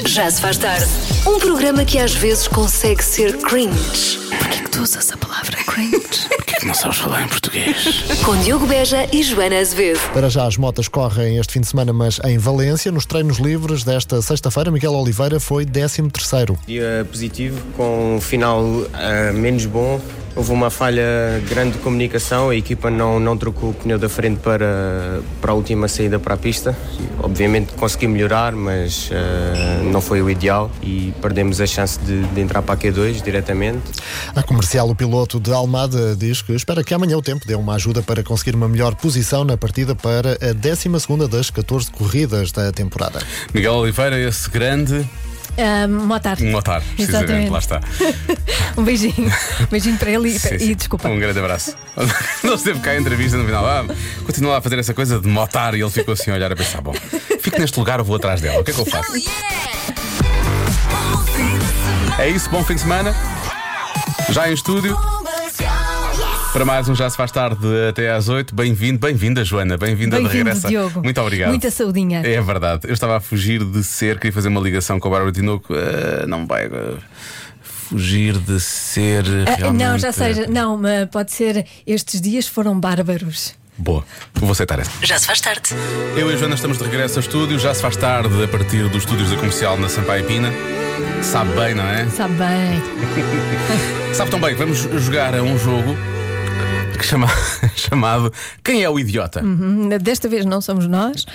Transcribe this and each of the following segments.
Já se faz tarde. Um programa que às vezes consegue ser cringe. Porquê que tu usas a palavra cringe? Porquê que não sabes falar em português? Com Diogo Beja e Joana Azevedo. Para já as motas correm este fim de semana, mas em Valência, nos treinos livres desta sexta-feira, Miguel Oliveira foi 13º. Dia positivo, com um final menos bom. Houve uma falha grande de comunicação, a equipa não trocou o pneu da frente para a última saída para a pista. Obviamente consegui melhorar, mas não foi o ideal e perdemos a chance de entrar para a Q2 diretamente. A Comercial, o piloto de Almada, diz que espera que amanhã o tempo dê uma ajuda para conseguir uma melhor posição na partida para a 12ª das 14 corridas da temporada. Miguel Oliveira, esse grande... Motar, precisamente, exatamente. Lá está. Um beijinho para ele e desculpa. Um grande abraço. Não esteve cá a entrevista no final. Continua a fazer essa coisa de motar e ele ficou assim a olhar a pensar: bom, fico neste lugar ou vou atrás dela? O que é que eu faço? É isso, bom fim de semana. Já em estúdio. Para mais um Já se faz tarde até às 8. Bem-vinda, Joana. Bem-vinda de regresso. Diogo. Muito obrigado. Muita saudinha. É verdade. Eu estava a fugir de ser, queria fazer uma ligação com a Bárbara Tinoco. Não vai fugir de ser realmente. Não, já seja. Não, mas pode ser. Estes dias foram bárbaros. Boa, vou aceitar essa. Já se faz tarde. Eu e a Joana estamos de regresso ao estúdio. Já se faz tarde a partir dos estúdios da Comercial na Sampaio Pina. Sabe bem, não é? Sabe bem. Sabe tão bem. Vamos jogar a um jogo chamado Quem é o Idiota? Desta vez não somos nós.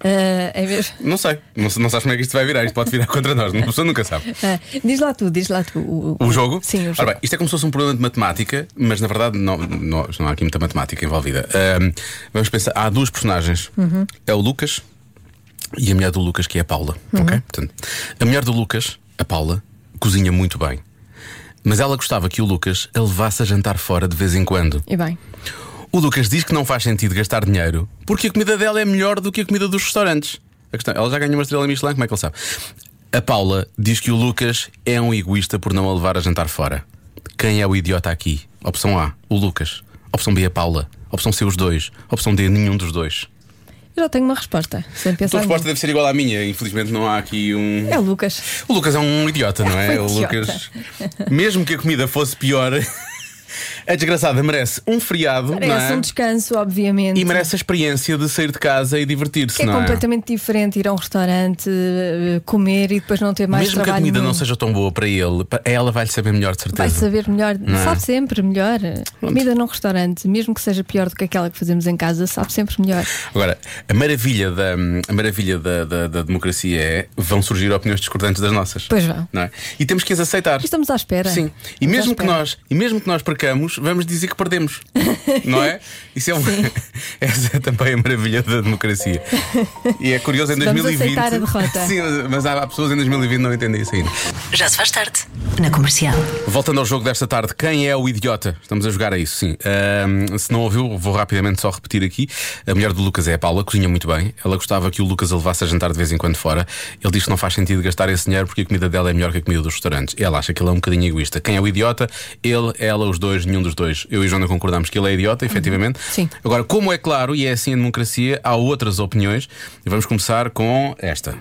Não sei. Não sabes como é que isto vai virar. Isto pode virar contra nós. Uma pessoa nunca sabe. Diz lá tu. O jogo? Sim, o jogo. Ora bem, isto é como se fosse um problema de matemática, mas na verdade não há aqui muita matemática envolvida. Vamos pensar, há duas personagens. É o Lucas e a mulher do Lucas, que é a Paula. Ok? Portanto, a mulher do Lucas, a Paula, cozinha muito bem. Mas ela gostava que o Lucas a levasse a jantar fora de vez em quando. E bem. O Lucas diz que não faz sentido gastar dinheiro porque a comida dela é melhor do que a comida dos restaurantes. A questão, ela já ganhou uma estrela Michelin, como é que ele sabe? A Paula diz que o Lucas é um egoísta por não a levar a jantar fora. Quem é o idiota aqui? Opção A, o Lucas. Opção B, a Paula. Opção C, os dois. Opção D, nenhum dos dois. Eu já tenho uma resposta, sem A pensar. tua resposta deve ser igual à minha. Infelizmente não há aqui um... É o Lucas. O Lucas é um idiota, não é? É um O idiota. Lucas, mesmo que a comida fosse pior, a desgraçada merece um feriado, não Merece é? um descanso, obviamente. E merece a experiência de sair de casa e divertir-se, Que é não é? completamente diferente ir a um restaurante, comer e depois não ter mais Mesmo que a trabalho. comida não nenhum. seja tão boa para ele, para ela vai-lhe saber melhor, de certeza. Vai saber melhor, Não é? sabe sempre melhor. Comida num restaurante, mesmo que seja pior do que aquela que fazemos em casa, sabe sempre melhor. Agora, a maravilha da democracia é vão surgir opiniões discordantes das nossas. Pois vão. Não é? E temos que as aceitar. E estamos à espera. Sim. E Estamos à mesmo que espera. nós percamos, vamos dizer que perdemos. Não é? Isso é essa é também a maravilha da democracia. E é curioso em Vamos 2020. aceitar a derrota. Sim, mas há pessoas em 2020 que não entendem isso ainda. Já se faz tarde. Na Comercial. Voltando ao jogo desta tarde, quem é o idiota? Estamos a jogar a isso, sim. Se não ouviu, vou rapidamente só repetir aqui. A mulher do Lucas é a Paula, cozinha muito bem. Ela gostava que o Lucas a levasse a jantar de vez em quando fora. Ele diz que não faz sentido gastar esse dinheiro porque a comida dela é melhor que a comida dos restaurantes. Ela acha que ele é um bocadinho egoísta. Quem é o idiota? Ele, ela, os dois, nenhum dos dois. Eu e Joana concordamos que ele é idiota, efetivamente. Sim. Agora, como é claro, e é assim a democracia, há outras opiniões. E vamos começar com esta.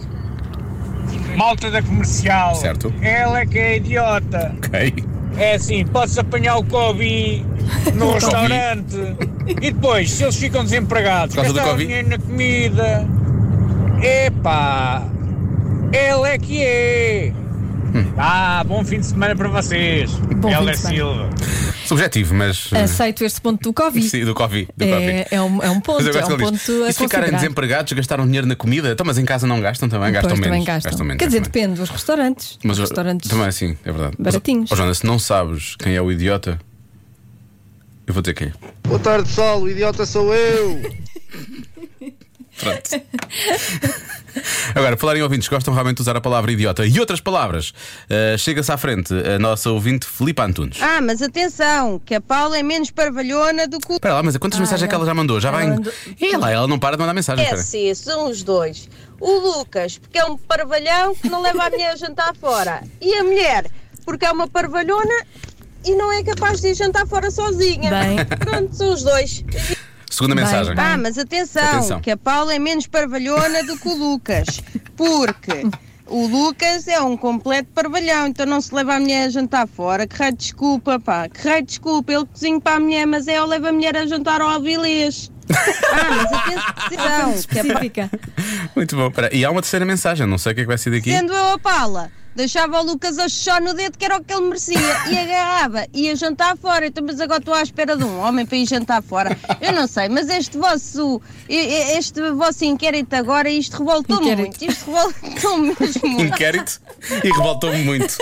Malta da Comercial. Certo. Ela é que é idiota. Ok. É assim, podes apanhar o Covid no restaurante e depois, se eles ficam desempregados, Por causa do gastar Covid? dinheiro na comida. Epá, ela é que é. Bom fim de semana para vocês. Bom fim Helder de semana. Silva. Subjetivo, mas. Aceito este ponto do Covid. Sim, do Covid. É um ponto, Mas eu é gosto um que ele ponto diz, a e se ficarem considerar. desempregados, gastaram dinheiro na comida? Então, mas em casa não gastam também? Gastam Pois, menos. também gastam. menos, Quer dizer, gastam menos. depende dos restaurantes. Mas Os restaurantes também sim, é verdade. baratinhos. Mas, Joana, se não sabes quem é o idiota, eu vou dizer quem é. Boa tarde, pessoal, o idiota sou eu. Pronto. Agora, falar em ouvintes, gostam realmente de usar a palavra idiota e outras palavras. Chega-se à frente a nossa ouvinte Filipe Antunes. Mas atenção, que a Paula é menos parvalhona do que o... Espera lá, mas quantas mensagens é que ela já mandou? Já vai. mandou- Ela não para de mandar mensagens. É espera. sim, são os dois. O Lucas, porque é um parvalhão que não leva a mulher a jantar fora. E a mulher, porque é uma parvalhona e não é capaz de ir jantar fora sozinha. Bem. Pronto, são os dois. Segunda Bem, mensagem. Mas atenção, Atenção. que a Paula é menos parvalhona do que o Lucas. Porque o Lucas é um completo parvalhão, então não se leva a mulher a jantar fora. Que raio de desculpa, pá, que raio de desculpa. Ele cozinha para a mulher, mas eu levo a mulher a jantar ao Avilés. Mas atenção, precisão. Específica. Muito bom. E há uma terceira mensagem, não sei o que é que vai ser daqui. Sendo eu a Paula, deixava o Lucas a chuchar no dedo, que era o que ele merecia, e agarrava, ia jantar fora. Então, mas agora estou à espera de um homem para ir jantar fora. Eu não sei, mas este vosso inquérito agora, isto revoltou-me muito. Isto revoltou-me mesmo muito. Inquérito e revoltou-me muito.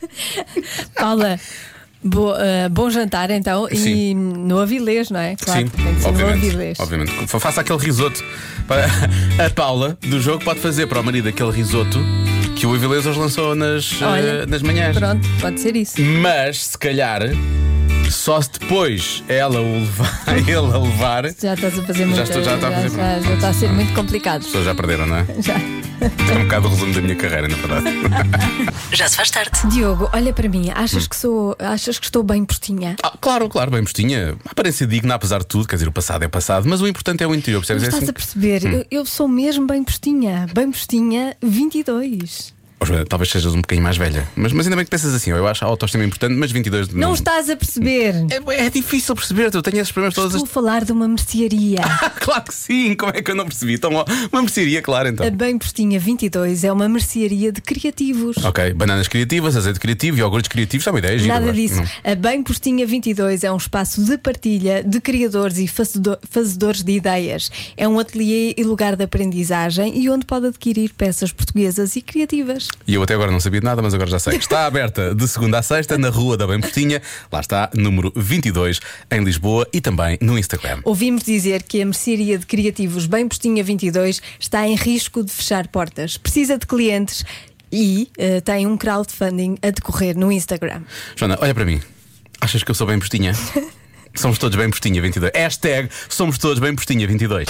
Paula, bom jantar então. Sim. E no Avilés, não é? Claro, Sim, tem que ser no Avilés. obviamente. Faça aquele risoto. A Paula do jogo pode fazer para o marido aquele risoto que o Avilés hoje lançou nas manhãs. Pronto, pode ser isso. Mas se calhar só se depois ela o levar, ele a levar. Já estás a fazer muito. Já está a ser muito complicado. As pessoas já perderam, não é? Já. É um bocado o resumo da minha carreira, na verdade. Já se faz tarde. Diogo, olha para mim, achas que estou bem postinha? Claro, bem postinha. Aparência digna, apesar de tudo, quer dizer, o passado é passado, mas o importante é o interior, percebes? Não estás a perceber? Eu sou mesmo bem postinha. Bem postinha, 22. Talvez sejas um bocadinho mais velha, mas ainda bem que pensas assim. Eu acho a autoestima importante, mas 22 Não estás a perceber? É difícil perceber, eu tenho esses problemas todos. Estou a falar de uma mercearia. Claro que sim, como é que eu não percebi? Então, uma mercearia, claro, então. A Bem Postinha 22 é uma mercearia de criativos. Ok, bananas criativas, azeite criativo, iogurtes criativos, é uma ideia gira. Nada disso. Não. A Bem Postinha 22 é um espaço de partilha de criadores e fazedores de ideias. É um ateliê e lugar de aprendizagem e onde pode adquirir peças portuguesas e criativas. E eu até agora não sabia de nada, mas agora já sei. Está aberta de segunda a sexta na Rua da Bem Postinha. Lá está, número 22, em Lisboa e também no Instagram. Ouvimos dizer que a mercearia de criativos Bem Postinha 22 está em risco de fechar portas. Precisa de clientes e tem um crowdfunding a decorrer no Instagram. Joana, olha para mim. Achas que eu sou bem postinha? Somos todos bem postinha 22. Hashtag somos todos bem postinha 22.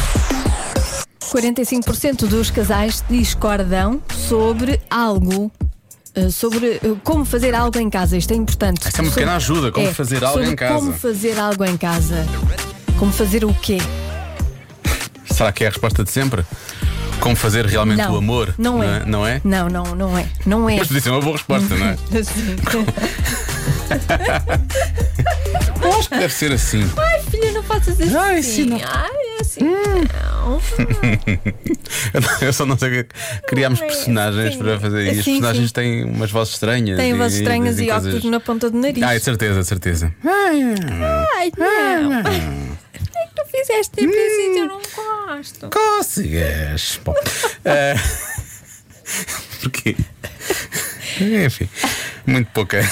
45% dos casais discordam sobre algo. Sobre como fazer algo em casa. Isto é importante. Esta é uma pequena ajuda. Como fazer algo em casa. Como fazer algo em casa. Como fazer o quê? Será que é a resposta de sempre? Como fazer realmente o amor? Não é. Não é? Não é. Não é. Mas podia ser uma boa resposta, não é? Eu acho que deve ser assim. Ai, filha, não faças assim. Ai, sim, não. Ai, é assim. Não. Eu só não sei que criámos personagens sim. para fazer. E as Sim, personagens sim. têm umas vozes estranhas. Tem vozes estranhas e coisas... óculos na ponta do nariz. É certeza. Ai, não. Por que tu fizeste em princípio? Eu não gosto. Cócegas. Bom, porquê? Enfim, muito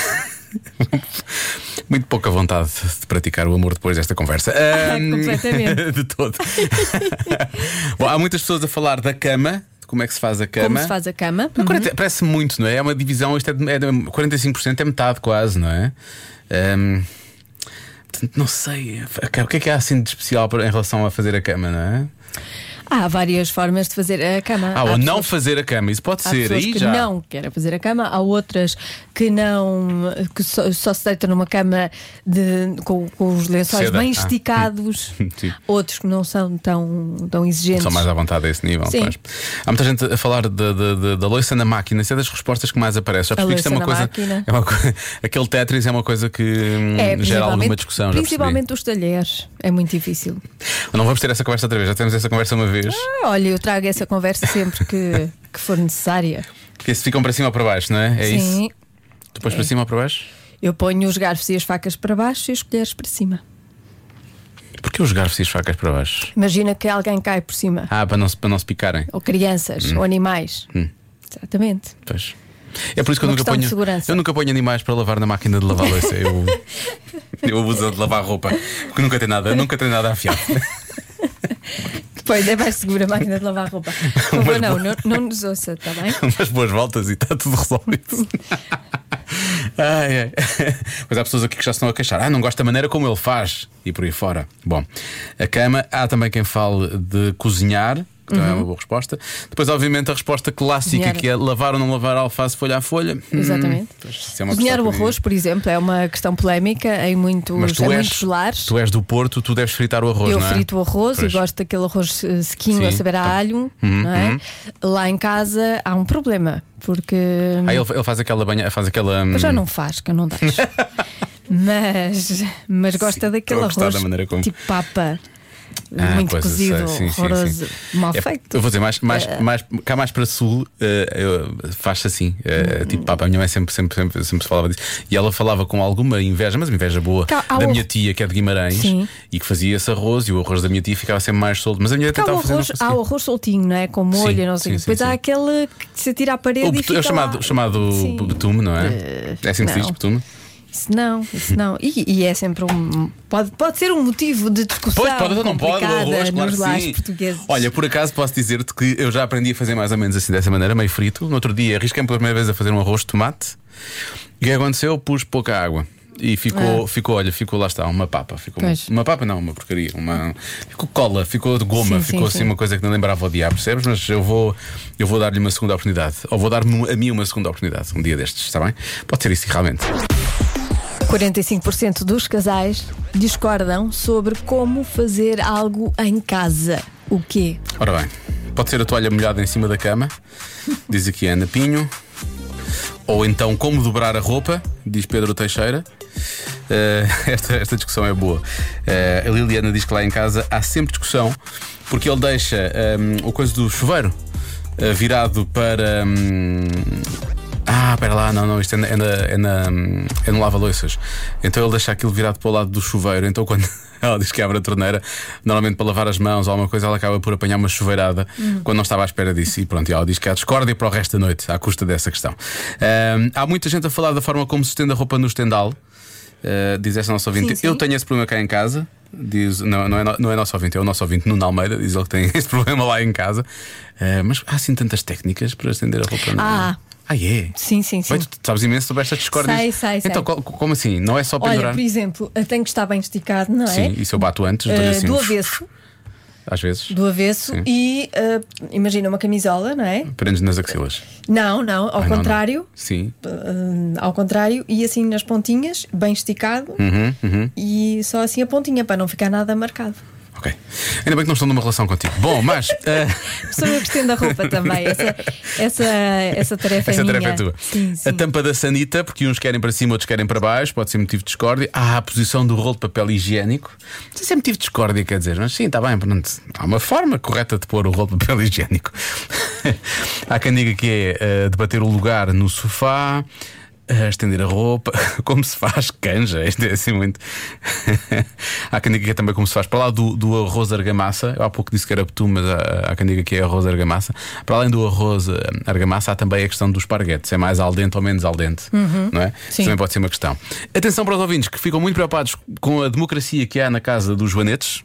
pouca vontade de praticar o amor depois desta conversa. Completamente. De todo. Bom, há muitas pessoas a falar da cama. Como é que se faz a cama? Como se faz a cama? Parece muito, não é? É uma divisão, isto é 45%, é metade quase, não é? Portanto, não sei. O que é há assim de especial em relação a fazer a cama, não é? Há várias formas de fazer a cama. Ou não fazer a cama, isso pode ser. Aí que já não querem fazer a cama, há outras que não, que só se deitam numa cama com os lençóis bem esticados. Outros que não são tão exigentes. São mais à vontade a esse nível. Pois. Há muita gente a falar da louça na máquina. Isso é das respostas que mais aparece. Já percebi que isto é uma coisa. Aquele Tetris é uma coisa que gera alguma discussão. Principalmente os talheres. É muito difícil. Não vamos ter essa conversa outra vez. Já temos essa conversa uma vez. Olha, eu trago essa conversa sempre que for necessária. Porque se ficam para cima ou para baixo, não é? É Sim. isso? Tu pões para cima ou para baixo? Eu ponho os garfos e as facas para baixo e as colheres para cima. Porquê os garfos e as facas para baixo? Imagina que alguém cai por cima. Para não se picarem. Ou crianças, ou animais. Exatamente. Pois. É por isso que eu nunca ponho animais para lavar na máquina de lavar louça. Eu uso a de lavar roupa. Porque nunca tem nada afiado. Pois é mais segura a máquina de lavar roupa. Por favor, não nos ouça, está bem? Umas boas voltas e está tudo resolvido. Pois há pessoas aqui que já estão a queixar. Não gosto da maneira como ele faz. E por aí fora. Bom, a cama, há também quem fale de cozinhar. que também é uma boa resposta. Depois, obviamente, a resposta clássica, que é lavar ou não lavar a alface folha a folha. Exatamente. Cozinhar o arroz, por exemplo, é uma questão polémica em muitos lares. Tu és do Porto, tu deves fritar o arroz, não é? Eu frito o arroz e gosto daquele arroz sequinho, a saber a alho, não é? Lá em casa há um problema, porque... ele faz aquela banha, Mas já não faz, que eu não deixo. mas gosta daquele arroz tipo papa. Muito cozido, horroroso, mal feito. Eu vou dizer, cá mais para sul, faz-se assim, tipo papa. A minha mãe sempre se falava disso. E ela falava com alguma inveja, mas uma inveja boa, da minha tia, que é de Guimarães, e que fazia esse arroz. E o arroz da minha tia ficava sempre mais solto. Mas a minha tia tentava fazer. Há o arroz soltinho, não é? Com molho, não sei. Depois há aquele que se atira à parede e fica chamado betume, não é? É assim que se diz, betume? Isso não. E é sempre pode ser um motivo de discussão. Não pode, arroz, claro nos lares portugueses. Olha, por acaso posso dizer-te que eu já aprendi a fazer mais ou menos assim, dessa maneira, meio frito. No outro dia arrisquei-me pela primeira vez a fazer um arroz de tomate. E o que aconteceu? Pus pouca água. E ficou, lá está, uma papa. Uma papa não, uma porcaria. Ficou cola, ficou de goma, ficou assim uma coisa que não lembrava o diabo, percebes? Mas eu vou dar-lhe uma segunda oportunidade. Ou vou dar-me a mim uma segunda oportunidade, um dia destes, está bem? Pode ser isso realmente. 45% dos casais discordam sobre como fazer algo em casa. O quê? Ora bem, pode ser a toalha molhada em cima da cama, diz aqui a Ana Pinho. Ou então como dobrar a roupa, diz Pedro Teixeira. Esta discussão é boa. A Liliana diz que lá em casa há sempre discussão, porque ele deixa o coisa do chuveiro virado para... espera lá, não, isto é no lava-loiças. Então ele deixa aquilo virado para o lado do chuveiro. Então quando ela diz que abre a torneira, normalmente para lavar as mãos ou alguma coisa, ela acaba por apanhar uma chuveirada quando não estava à espera disso. E pronto, ela diz que há discórdia para o resto da noite à custa dessa questão. Há muita gente a falar da forma como se estende a roupa no estendal. Diz esta nossa ouvinte. Sim. Eu tenho esse problema cá em casa. Diz, não é nosso ouvinte, é o nosso ouvinte Nuno Almeida. Diz ele que tem esse problema lá em casa. Mas há assim tantas técnicas para estender a roupa. É? Sim. Bem, tu sabes imenso sobre estas discórdias. Sei. Então, como assim? Não é só pendurar? Olha, por exemplo, tem que estar bem esticado, não é? Sim, e se eu bato antes, assim, do avesso. Às vezes. Do avesso. Sim. E imagina uma camisola, não é? Prendes nas axilas. Não, ao contrário. Não. Sim. Ao contrário, e assim nas pontinhas, bem esticado. E só assim a pontinha, para não ficar nada marcado. Ok. Ainda bem que não estou numa relação contigo. Bom, mas. Sou eu que estendo a roupa também. Essa tarefa é minha. Tarefa é tua. Sim. A tampa da sanita, porque uns querem para cima, outros querem para baixo, pode ser motivo de discórdia. A posição do rolo de papel higiênico. Não sei se é motivo de discórdia, quer dizer, mas sim, está bem. Pronto. Há uma forma correta de pôr o rolo de papel higiênico. Há quem diga que é debater o lugar no sofá. Estender a roupa, como se faz canja. Isto é assim muito. Há quem diga que é também como se faz para lá do arroz argamassa. Eu há pouco disse que era betume, mas há quem diga que é arroz argamassa. Para além do arroz argamassa, há também a questão do esparguete, se é mais al dente ou menos al dente, não é? Sim. Também pode ser uma questão. Atenção para os ouvintes que ficam muito preocupados com a democracia que há na casa dos Joanetes.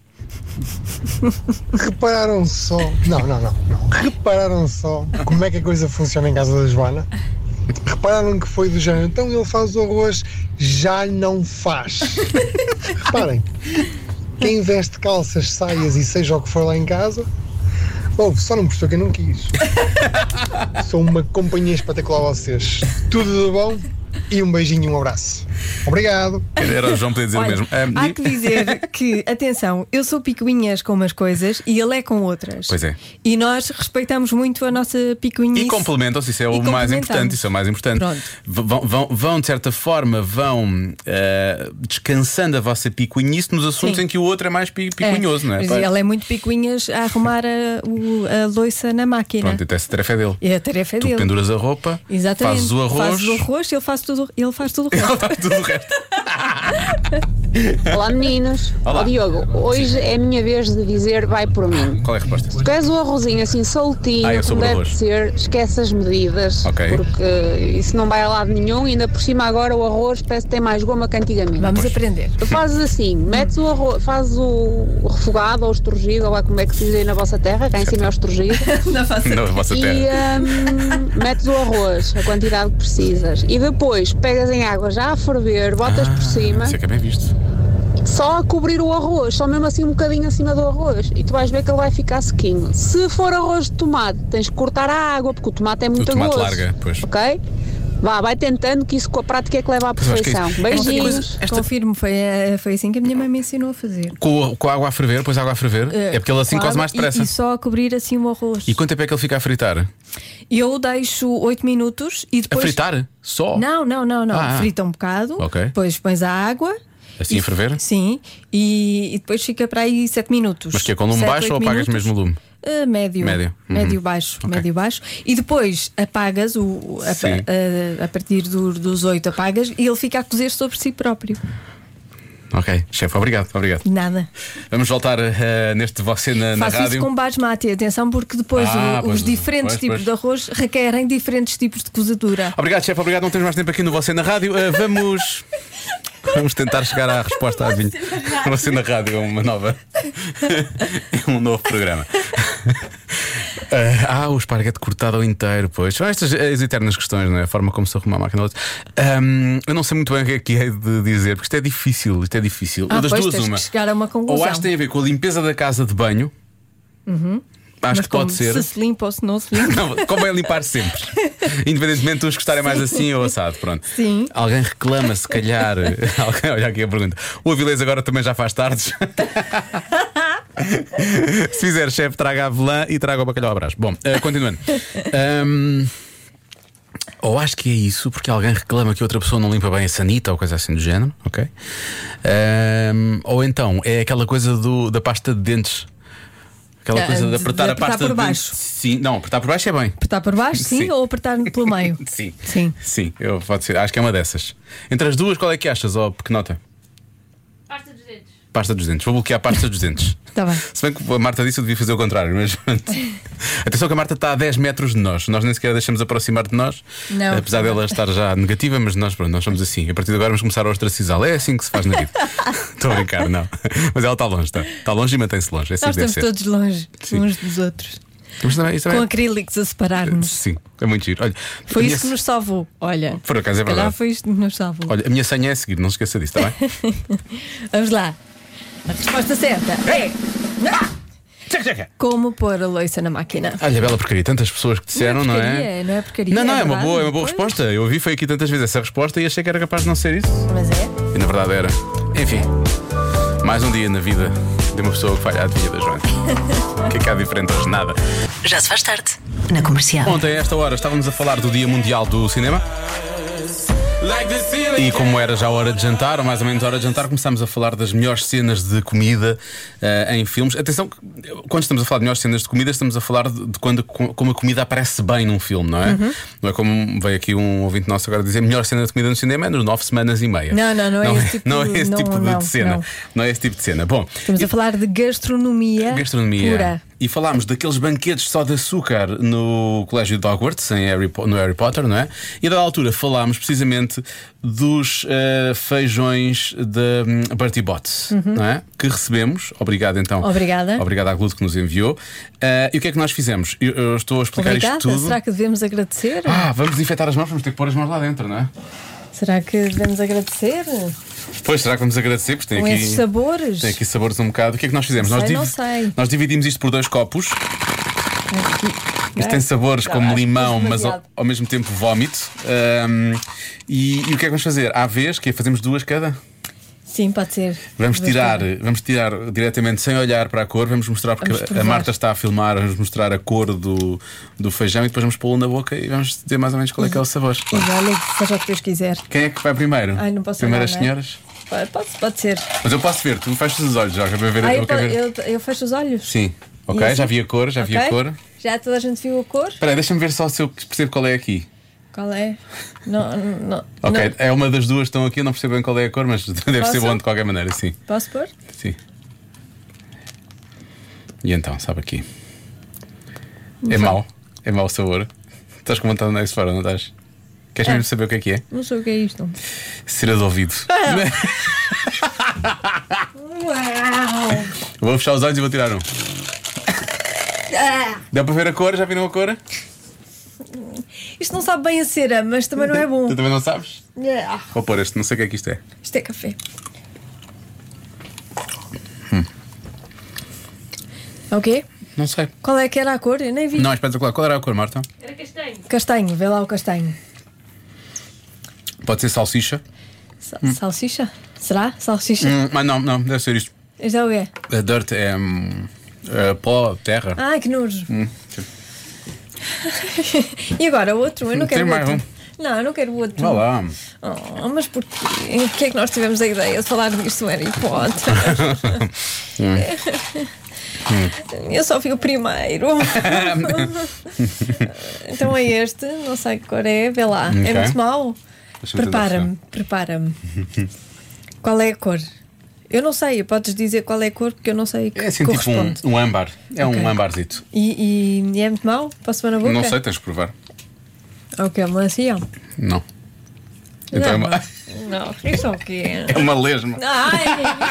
Repararam só. Não. Repararam só como é que a coisa funciona em casa da Joana? Repararam que foi do género. Então ele faz o arroz, já não faz. Reparem, quem veste calças, saias e seja o que for lá em casa, só não prestou quem não quis. Sou uma companhia espetacular a vocês. Tudo de bom e um beijinho e um abraço. Obrigado. Era o João poder dizer o mesmo. Há que dizer que, atenção, eu sou picuinhas com umas coisas e ele é com outras. Pois é. E nós respeitamos muito a nossa picuinhice. E complementam-se, isso é o mais importante. Isso é o mais importante. Vão de certa forma, descansando a vossa picuinhice nos assuntos em que o outro é mais picuinhoso, não é? Mas ele é muito picuinhas a arrumar a louça na máquina. Pronto, então essa tarefa é dele. E a tarefa é dele. Tu penduras a roupa, exatamente. Fazes o arroz. Fazes o arroz, ele faz tudo o resto. Olá meninos. Olá. Diogo, hoje é a minha vez de dizer vai por mim. Qual é a resposta? Se queres o arrozinho assim soltinho, como deve ser, esquece as medidas, porque isso não vai a lado nenhum. E ainda por cima agora o arroz parece que tem mais goma que antigamente. Vamos aprender. Tu fazes assim, metes o arroz, fazes o refogado ou o esturgido, ou lá como é que se diz aí na vossa terra, cá em cima é o esturgido. Na vossa terra. E metes o arroz, a quantidade que precisas, e depois pegas em água já a ferver, botas por cima. Isso é que é bem visto. só a cobrir o arroz, só mesmo assim um bocadinho acima do arroz, e tu vais ver que ele vai ficar sequinho. Se for arroz de tomate, tens que cortar a água, porque o tomate é muito tomate gosto. larga, pois. Ok? Vai tentando, que isso com a prática é que leva à perfeição. Beijinhos. Confirmo, foi assim que a minha mãe me ensinou a fazer. Com a água a ferver, depois a água a ferver, é porque ele assim quase mais depressa. E só a cobrir assim o arroz. E quanto tempo é que ele fica a fritar? Eu deixo 8 minutos e depois. A fritar? Só? Não. Frita um bocado, depois pões a água. Assim a ferver? Sim, e depois fica para aí 7 minutos. Mas que é com lume baixo ou apagas mesmo o lume? Médio. Médio baixo. Okay. Médio baixo. E depois apagas a partir dos 8 apagas e ele fica a cozer sobre si próprio. Ok, chefe, obrigado. Nada. Vamos voltar neste Você na Faço rádio. isso com basmati, atenção, porque depois os diferentes tipos de arroz requerem diferentes tipos de cozedura. Obrigado, chefe, obrigado. Não temos mais tempo aqui no Você na rádio. Vamos tentar chegar à resposta à adivinha. Você na rádio é uma nova. É um novo programa. O esparguete cortado ao inteiro, pois. São estas as eternas questões, não é? A forma como se arruma a máquina. Eu não sei muito bem o que é que é de dizer, porque isto é difícil. Das duas, tens uma. Que chegar a uma conclusão. Ou acho que tem a ver com a limpeza da casa de banho. Acho mas que pode ser. Se limpa ou se não se limpa. Não, convém limpar sempre. Independentemente de os gostarem mais assim ou assado. Pronto. Sim. Alguém reclama, se calhar. Olha aqui a pergunta. O Avilés agora também já faz tardes. Se fizer, chefe, traga a avelã e traga o bacalhau à brás. Bom, continuando. Ou acho que é isso, porque alguém reclama que outra pessoa não limpa bem a sanita ou coisa assim do género, ok? Ou então é aquela coisa da pasta de dentes. Aquela coisa de apertar a pasta por baixo. De dentes. Sim, não, apertar por baixo é bem. Apertar por baixo, sim. Ou apertar pelo meio? Sim, pode ser. Acho que é uma dessas. Entre as duas, qual é que achas, pequenota? Pasta dos dentes. Vou bloquear a pasta dos dentes. Tá bem. Se bem que a Marta disse, eu devia fazer o contrário. Mas atenção que a Marta está a 10 metros de nós. Nós nem sequer a deixamos aproximar de nós. Não. Apesar dela estar já negativa, mas nós somos assim. A partir de agora vamos começar a ostracizá-la. É assim que se faz na vida. Estou a brincar, não. Mas ela está longe, está longe e mantém-se longe. É assim nós que deve estamos ser. todos longe uns dos outros. Com acrílicos a separar-nos. Sim, é muito giro. Olha, foi isso que nos salvou. Olha, por acaso é verdade. Foi isto que nos salvou. Olha, a minha senha é a seguir, não se esqueça disso, está bem? Vamos lá. A resposta certa é. Como pôr a louça na máquina? Olha, bela porcaria, tantas pessoas que disseram, não é? Não é porcaria. Não, é uma boa resposta. Eu ouvi, foi aqui tantas vezes essa resposta e achei que era capaz de não ser isso. Mas é. E na verdade era. Enfim, mais um dia na vida de uma pessoa que falha a adivinha da Joana. O que é que há diferente hoje? Nada. Já se faz tarde, na Comercial. Ontem, a esta hora, estávamos a falar do Dia Mundial do Cinema. E como era já hora de jantar, ou mais ou menos hora de jantar, começámos a falar das melhores cenas de comida em filmes. Atenção, quando estamos a falar de melhores cenas de comida, estamos a falar de como a comida aparece bem num filme, não é? Não é como veio aqui um ouvinte nosso agora dizer melhor cena de comida no cinema é nos 9 semanas e meia. Não é esse tipo, não é esse tipo de cena. Não é esse tipo de cena. Bom, estamos a falar de gastronomia pura. E falámos daqueles banquetes só de açúcar no Colégio de Hogwarts, no Harry Potter, não é? E a dada altura falámos precisamente dos feijões da Bertie Bott's, não é? Que recebemos. Obrigado então. Obrigada à Gluto que nos enviou. E o que é que nós fizemos? Eu estou a explicar isto tudo. Será que devemos agradecer? Vamos desinfetar as mãos, vamos ter que pôr as mãos lá dentro, não é? Será que devemos agradecer? Pois, será que vamos agradecer? Porque tem aqui esses sabores. Tem aqui sabores um bocado. O que é que nós fizemos? Não sei. Nós dividimos isto por 2 copos. Isto tem sabores como limão, mas ao mesmo tempo vómito. E o que é que vamos fazer? À vez, que é fazemos 2 cada? Sim, pode ser. Vamos tirar diretamente sem olhar para a cor. Vamos mostrar, porque a Marta está a filmar. Vamos mostrar a cor do feijão e depois vamos pô-lo na boca e vamos dizer mais ou menos qual é que é o sabor. Olha, seja o que Deus quiser. Quem é que vai primeiro? Não posso primeiro olhar, as senhoras? Pode ser. Mas eu posso ver, tu fechas os olhos já para ver. Eu fecho os olhos? Sim. Ok, assim? Já vi a cor, vi a cor. Já toda a gente viu a cor? Espera aí, deixa-me ver só se eu percebo qual é aqui. Qual é? Não. Ok, não. é uma das duas que estão aqui, eu não percebo bem qual é a cor, mas deve ser bom de qualquer maneira, sim. Posso pôr? Sim. E então, sabe aqui? É mau o sabor. Estás com vontade de andar isso fora, não estás? Queres mesmo saber o que é? Não sei o que é isto. Cera de ouvido. Uau! Vou fechar os olhos e vou tirar um. Deu para ver a cor? Já viram a cor? Isto não sabe bem a cera, mas também não é bom. Tu também não sabes? Vou pôr este, não sei o que é que isto é. Isto é café. É o quê? Não sei. Qual é que era a cor? Eu nem vi. Não, espetacular. Qual era a cor, Marta? Era castanho. Castanho, vê lá o castanho. Pode ser salsicha. Salsicha? Será? Salsicha? Mas não, deve ser isto. Isto é o quê? A dirt é pó, terra. Ai, que nojo. E agora o outro? Eu não quero o outro. Não, eu não quero o outro. Vá lá. Mas porquê? Porquê é que nós tivemos a ideia de falar disto, Harry Potter? Eu só vi o primeiro. Então é este, não sei que cor é, vê lá. Okay. É muito mau. Prepara-me. Qual é a cor? Eu não sei, podes dizer qual é a cor, porque eu não sei que assim, corresponde. Tipo um âmbar. É okay. Um âmbarzito. E é muito mau? Posso pôr na boca? Não sei, tens que provar. É o que? É melancia? Não. Então não, não, isso é o quê? É uma lesma. Ai.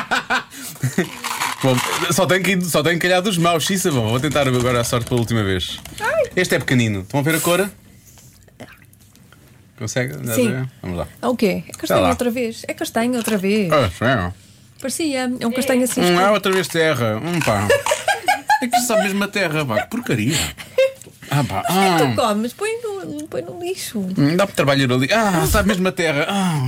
Bom, só tenho que calhar dos maus, Xissa. Bom, vou tentar agora a sorte pela última vez. Este é pequenino. Estão a ver a cor? Consegue? Sim. Vamos lá. É o quê? É castanho outra vez. É castanho outra vez. É. Parecia. É um castanho assim. É outra vez terra. Pá. É que sabe mesmo a terra, pá. Que porcaria. Pá. Tu comes, põe no lixo. Dá para trabalhar ali. Sabe mesmo a terra.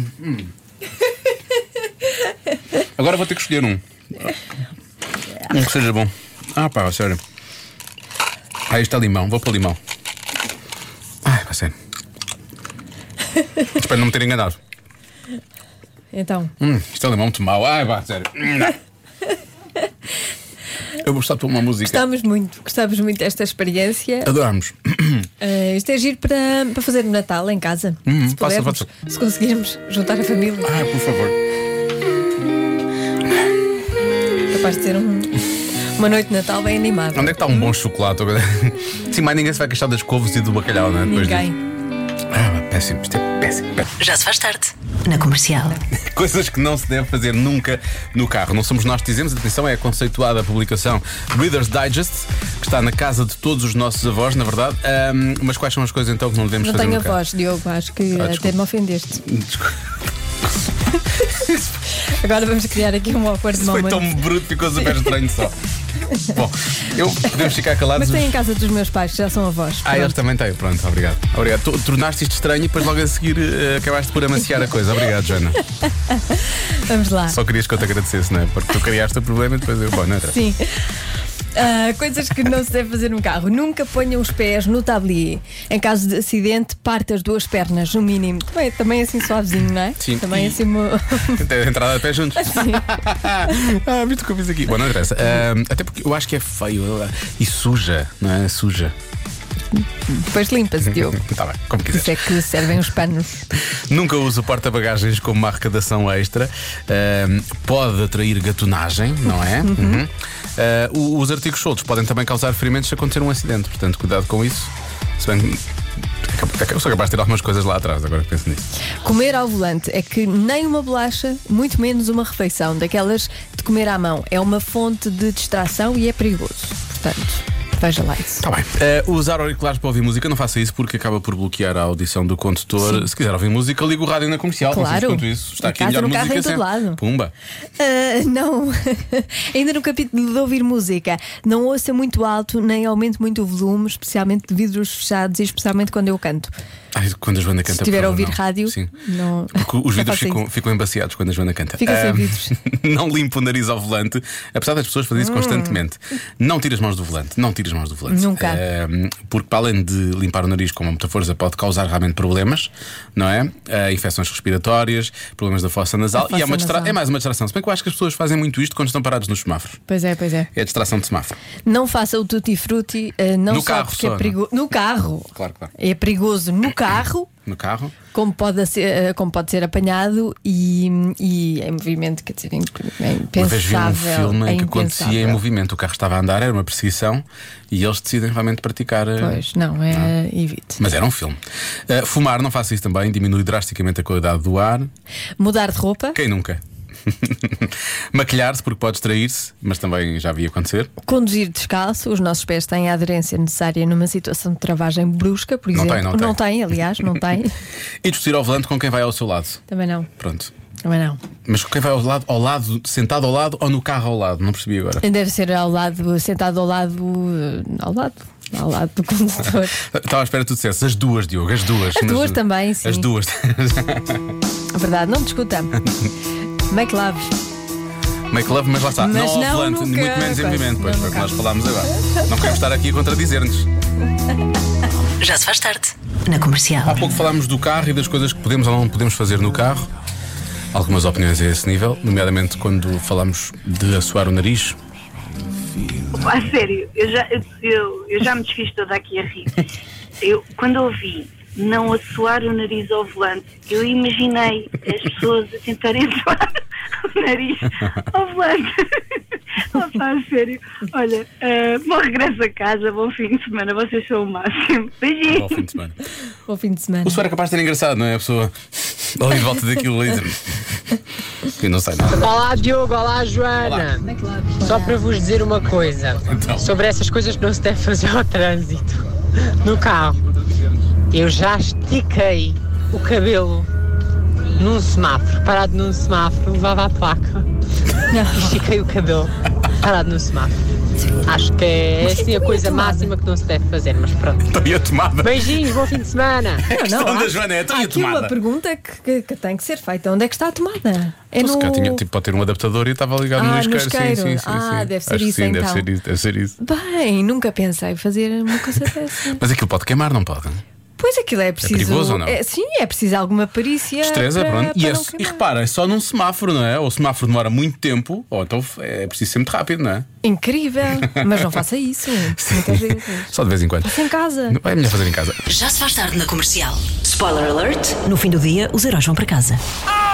Agora vou ter que escolher um que seja bom. Pá, sério. Isto é limão. Vou para limão. Pá, sério. Espero não me ter enganado. Então. Isto é limão muito mau. Pá, sério. Eu vou gostar de uma música. Gostamos muito desta experiência. Adoramos. Isto é giro para fazer no Natal em casa. Se pudermos, se conseguirmos juntar a família. Por favor. Capaz de ter uma noite de Natal bem animada. Onde é que está um bom chocolate? Sim, mais ninguém se vai queixar das couves e do bacalhau, não é? Ninguém. Péssimo, isto é péssimo. Já se faz tarde, na Comercial. Coisas que não se deve fazer nunca no carro. Não somos nós que dizemos, atenção, é a conceituada a publicação Reader's Digest, que está na casa de todos os nossos avós, na verdade. Mas quais são as coisas então que não devemos fazer no carro? Não tenho avós, Diogo, acho que até me ofendeste. Desculpa. Agora vamos criar aqui um awkward moment. Foi tão bruto, ficou super estranho só. Bom, podemos ficar calados. Mas tem em casa dos meus pais, que já são avós. Eles também têm, pronto, obrigado. Tornaste isto estranho e depois logo a seguir acabaste por amaciar a coisa. Obrigado, Joana. Vamos lá. Só querias que eu te agradecesse, não é? Porque tu criaste o problema e depois eu. Bom, não é? Sim. Coisas que não se deve fazer no carro. Nunca ponham os pés no tablier. Em caso de acidente, parte as duas pernas, no mínimo. Também assim suavezinho, não é? Sim. Também assim a entrada de pé juntos. Sim. Viste o que eu fiz aqui? Bom, não interessa. Até porque eu acho que é feio e suja, não é? Suja. Depois limpa-se, Diogo. Tá bem, como quiseres. Isso é que servem os panos. Nunca use o porta-bagagens como uma arrecadação extra. Pode atrair gatunagem, não é? Os artigos soltos podem também causar ferimentos se acontecer um acidente. Portanto, cuidado com isso. Se bem eu sou capaz de ter algumas coisas lá atrás, agora que penso nisso. Comer ao volante é que nem uma bolacha, muito menos uma refeição daquelas de comer à mão. É uma fonte de distração e é perigoso. Portanto, veja lá isso. Está bem. Usar auriculares para ouvir música, não faça isso porque acaba por bloquear a audição do condutor. Sim. Se quiser ouvir música, liga o rádio na Comercial. Claro. Quanto isso. Está aqui a melhor música em todo lado. Pumba. Não. Ainda no capítulo de ouvir música, não ouça muito alto, nem aumente muito o volume, especialmente de vidros fechados e especialmente quando eu canto. Quando a Joana canta. Se estiver a ouvir rádio, sim. Não. Porque os vidros ficam embaciados quando a Joana canta. Fica sem vidros. Não limpe o nariz ao volante, apesar das pessoas fazerem isso constantemente. Não tire as mãos do volante. Nunca. Porque para além de limpar o nariz com muita força, pode causar realmente problemas, não é? Infecções respiratórias, problemas da fossa nasal. E é mais uma distração. Se bem que eu acho que as pessoas fazem muito isto quando estão parados nos semáforos. Pois é. É a distração de semáforo. Não faça o tutti-frutti, não no só carro porque só, é perigoso. No carro. Claro. É perigoso no carro. No carro. Como pode ser apanhado e em movimento, quer dizer, é impensável. Uma vez vi um filme em que acontecia em movimento. O carro estava a andar, era uma perseguição e eles decidem realmente praticar. Pois, não, evite. Mas era um filme. Fumar, não faça isso também, diminui drasticamente a qualidade do ar. Mudar de roupa. Quem nunca? Maquilhar-se porque pode distrair-se, mas também já vi acontecer. Conduzir descalço, os nossos pés têm a aderência necessária numa situação de travagem brusca, por exemplo. Não tem, aliás, não tem. E discutir ao volante com quem vai ao seu lado. Também não. Pronto. Também não. Mas quem vai ao lado, sentado ao lado ou no carro ao lado? Não percebi agora. Deve ser ao lado, sentado ao lado do condutor. Estava à espera que tu dissesse as duas, Diogo, as duas. As duas também, sim. As duas. É verdade, não discuta. Make love. Make love, mas lá está. Mas não ao volante, muito menos em movimento. Pois foi o que nós falámos agora. Não queremos estar aqui a contradizer-nos. Já se faz tarde, na Comercial. Há pouco falámos do carro e das coisas que podemos ou não podemos fazer no carro. Algumas opiniões a esse nível, nomeadamente quando falamos de assoar o nariz. A sério, eu já me desfiz toda aqui a rir. Quando ouvi não assoar o nariz ao volante, eu imaginei as pessoas a tentarem assoar o nariz ao volante. Opa, a sério. Olha, bom regresso a casa, bom fim de semana, vocês são o máximo. Beijinhos. Bom fim de semana. Bom fim de semana. O suor é capaz de ser engraçado, não é? A pessoa ali de volta daquilo e eu não sei nada. Olá Diogo, olá Joana. Olá. Só para vos dizer uma coisa sobre essas coisas que não se deve fazer ao trânsito no carro. Eu já estiquei o cabelo num semáforo, parado num semáforo, levava a placa. E estiquei o cabelo parado no semáforo. Acho que é assim a coisa máxima que não se deve fazer, mas pronto. Estou a tomada. Beijinhos, bom fim de semana. Não, da Joana é, há aqui uma pergunta que tem que ser feita. Onde é que está a tomada? É no... Pode ter um adaptador e estava ligado no isqueiro. Sim. Deve ser isso então. Deve ser isso. Bem, nunca pensei fazer uma coisa dessa. Mas aquilo pode queimar, não pode? Pois aquilo é preciso. É perigoso ou não? Sim, é preciso alguma perícia. Destreza, pronto. Para E repara, é só num semáforo, não é? Ou o semáforo demora muito tempo, ou então é preciso ser muito rápido, não é? Incrível, mas não faça isso. Muitas vezes. Só de vez em quando. Faça em casa. É melhor fazer em casa. Já se faz tarde na Comercial. Spoiler alert: no fim do dia, os heróis vão para casa.